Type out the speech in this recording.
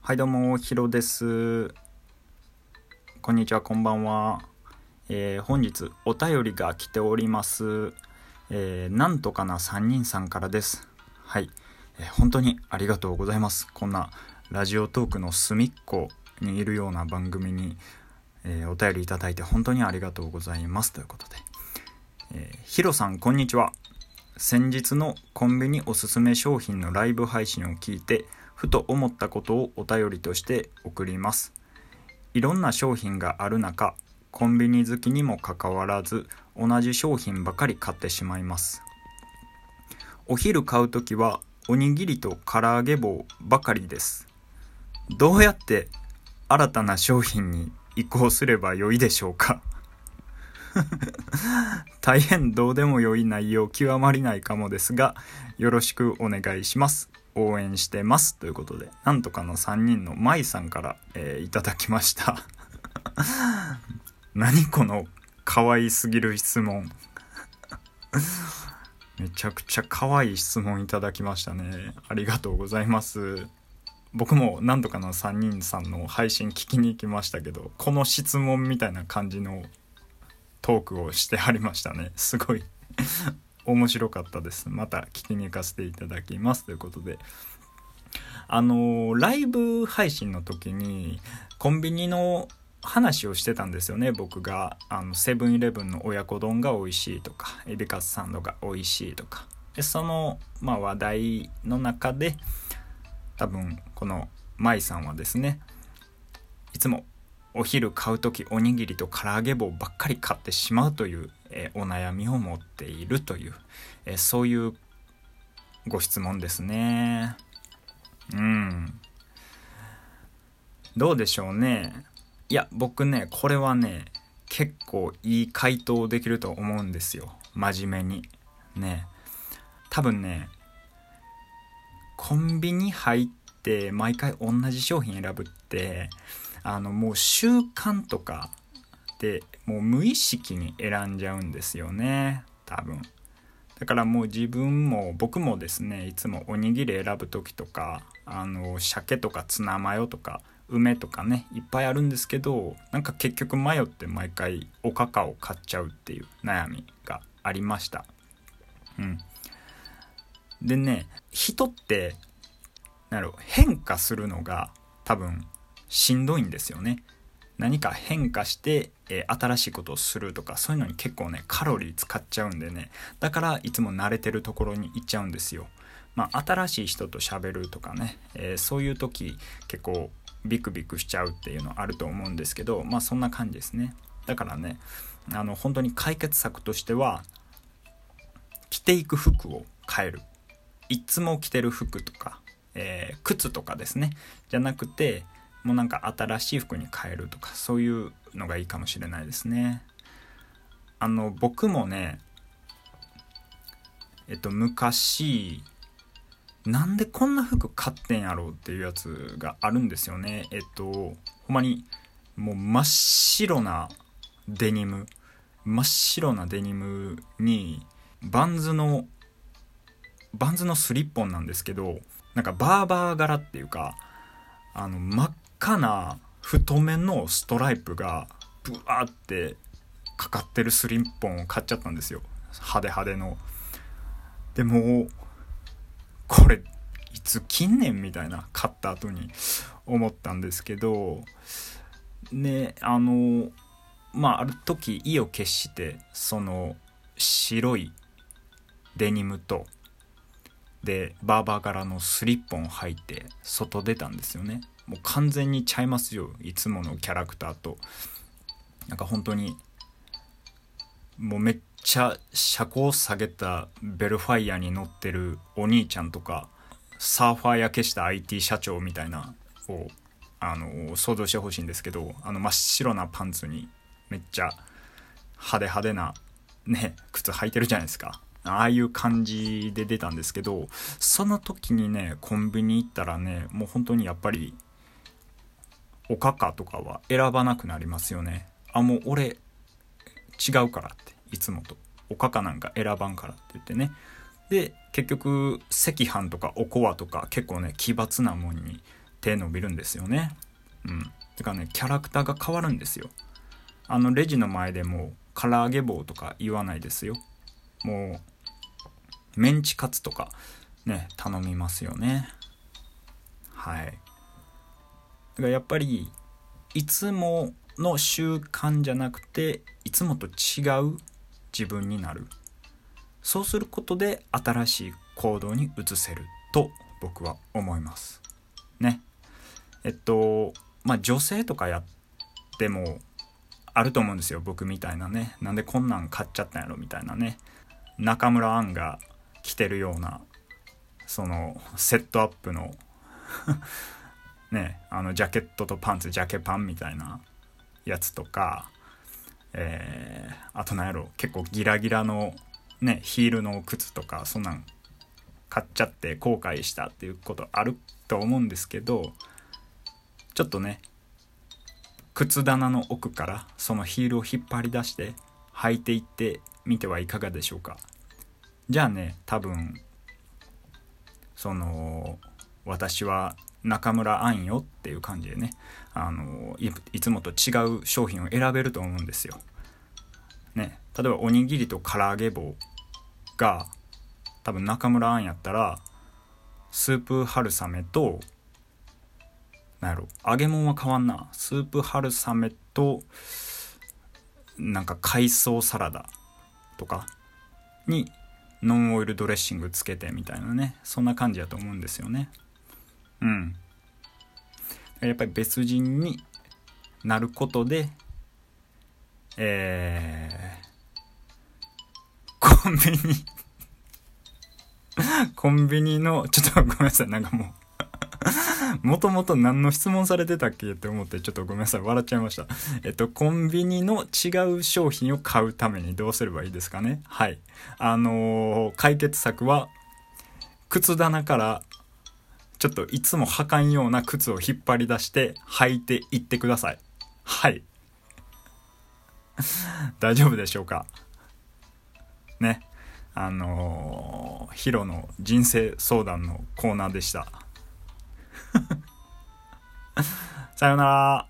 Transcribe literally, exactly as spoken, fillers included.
はいどうもヒロです。こんにちは、こんばんは。えー、本日お便りが来ております。えー、なんとかなさんにんさんからです。はい、えー、本当にありがとうございます。こんなラジオトークの隅っこにいるような番組に、えー、お便りいただいて本当にありがとうございますということで、えー、ヒロさんこんにちは。先日のコンビニおすすめ商品のライブ配信を聞いてふと思ったことをお便りとして送ります。いろんな商品がある中、コンビニ好きにもかかわらず同じ商品ばかり買ってしまいます。お昼買うときはおにぎりと唐揚げ棒ばかりです。どうやって新たな商品に移行すればよいでしょうか。大変どうでもよい内容極まりないかもですが、よろしくお願いします。応援してますということで、なんとかのさんにんのまいさんから、えー、いただきました。何この可愛すぎる質問。めちゃくちゃ可愛い質問いただきましたね。ありがとうございます。僕もなんとかのさんにんさんの配信聞きに行きましたけど、この質問みたいな感じのトークをしてはりましたね。すごい面白かったです。また聞きに行かせていただきますということで、あのライブ配信の時にコンビニの話をしてたんですよね。僕があのセブンイレブンの親子丼が美味しいとか、エビカツサンドが美味しいとかで、その、まあ、話題の中で多分この舞さんはですね、いつもお昼買うときおにぎりと唐揚げ棒ばっかり買ってしまうという、えー、お悩みを持っているという、えー、そういうご質問ですね。うんどうでしょうね。いや僕ね、これはね結構いい回答できると思うんですよ。真面目にね。多分ね、コンビニ入って毎回同じ商品選ぶってあのもう習慣とかでもう無意識に選んじゃうんですよね、多分。だからもう自分も僕もですね、いつもおにぎり選ぶ時とか、あの鮭とかツナマヨとか梅とかねいっぱいあるんですけど、なんか結局迷って毎回おかかを買っちゃうっていう悩みがありました。うんでね、人ってなる変化するのが多分しんどいんですよね。何か変化して、えー、新しいことをするとか、そういうのに結構ねカロリー使っちゃうんでね、だからいつも慣れてるところに行っちゃうんですよ。まあ新しい人と喋るとかね、えー、そういう時結構ビクビクしちゃうっていうのあると思うんですけど、まあそんな感じですね。だからね、あの本当に解決策としては着ていく服を変える。いつも着てる服とか、えー、靴とかですねじゃなくて、もうなんか新しい服に変えるとか、そういうのがいいかもしれないですね。あの僕もね、えっと昔なんでこんな服買ってんやろうっていうやつがあるんですよね。えっとほんまにもう真っ白なデニム真っ白なデニムにバンズのバンズのスリッポンなんですけど、なんかバーバー柄っていうか、あの真っ赤な太めのストライプがブワーってかかってるスリッポンを買っちゃったんですよ。派手派手の。でもこれいつ近年みたいな、買った後に思ったんですけどね。あのまあある時意を決してその白いデニムとでバーバー柄のスリッポンを履いて外出たんですよね。もう完全にちゃいますよ、いつものキャラクターと。なんか本当にもうめっちゃ車高下げたベルファイアに乗ってるお兄ちゃんとか、サーファー焼けした アイティー 社長みたいなをあの想像してほしいんですけど、あの真っ白なパンツにめっちゃ派手派手なね靴履いてるじゃないですか。ああいう感じで出たんですけど、その時にねコンビニ行ったらね、もう本当にやっぱりおかかとかは選ばなくなりますよね。あ、もう俺違うからって、いつもとおかかなんか選ばんからって言ってね。で結局赤飯とかおこわとか結構ね奇抜なもんに手伸びるんですよね。うんだからねキャラクターが変わるんですよ。あのレジの前でも唐揚げ棒とか言わないですよ。もうメンチカツとかね頼みますよね。はい。だからやっぱりいつもの習慣じゃなくていつもと違う自分になる。そうすることで新しい行動に移せると僕は思いますね。えっとまあ女性とかやってもあると思うんですよ。僕みたいなね、なんでこんなん買っちゃったんやろみたいなね、中村アンが着てるようなそのセットアップのね、あのジャケットとパンツジャケパンみたいなやつとか、えー、あとなんやろ結構ギラギラのねヒールの靴とかそんなん買っちゃって後悔したっていうことあると思うんですけど、ちょっとね靴棚の奥からそのヒールを引っ張り出して履いていってみてはいかがでしょうか。じゃあね多分その私は中村アンよっていう感じでね、あの い, いつもと違う商品を選べると思うんですよ、ね、例えばおにぎりと唐揚げ棒が多分中村アンやったらスープ春雨となんやろ揚げ物は変わんな、スープ春雨となんか海藻サラダとかにノンオイルドレッシングつけてみたいなね、そんな感じだと思うんですよね。うんやっぱり別人になることでえー、コンビニコンビニのちょっとごめんなさい、なんかもうもともと何の質問されてたっけって思ってちょっとごめんなさい笑っちゃいました。えっとコンビニの違う商品を買うためにどうすればいいですかね。はいあのー、解決策は靴棚からちょっといつも履かんような靴を引っ張り出して履いていってください。はい大丈夫でしょうかね。あのー、ヒロの人生相談のコーナーでしたさようなら。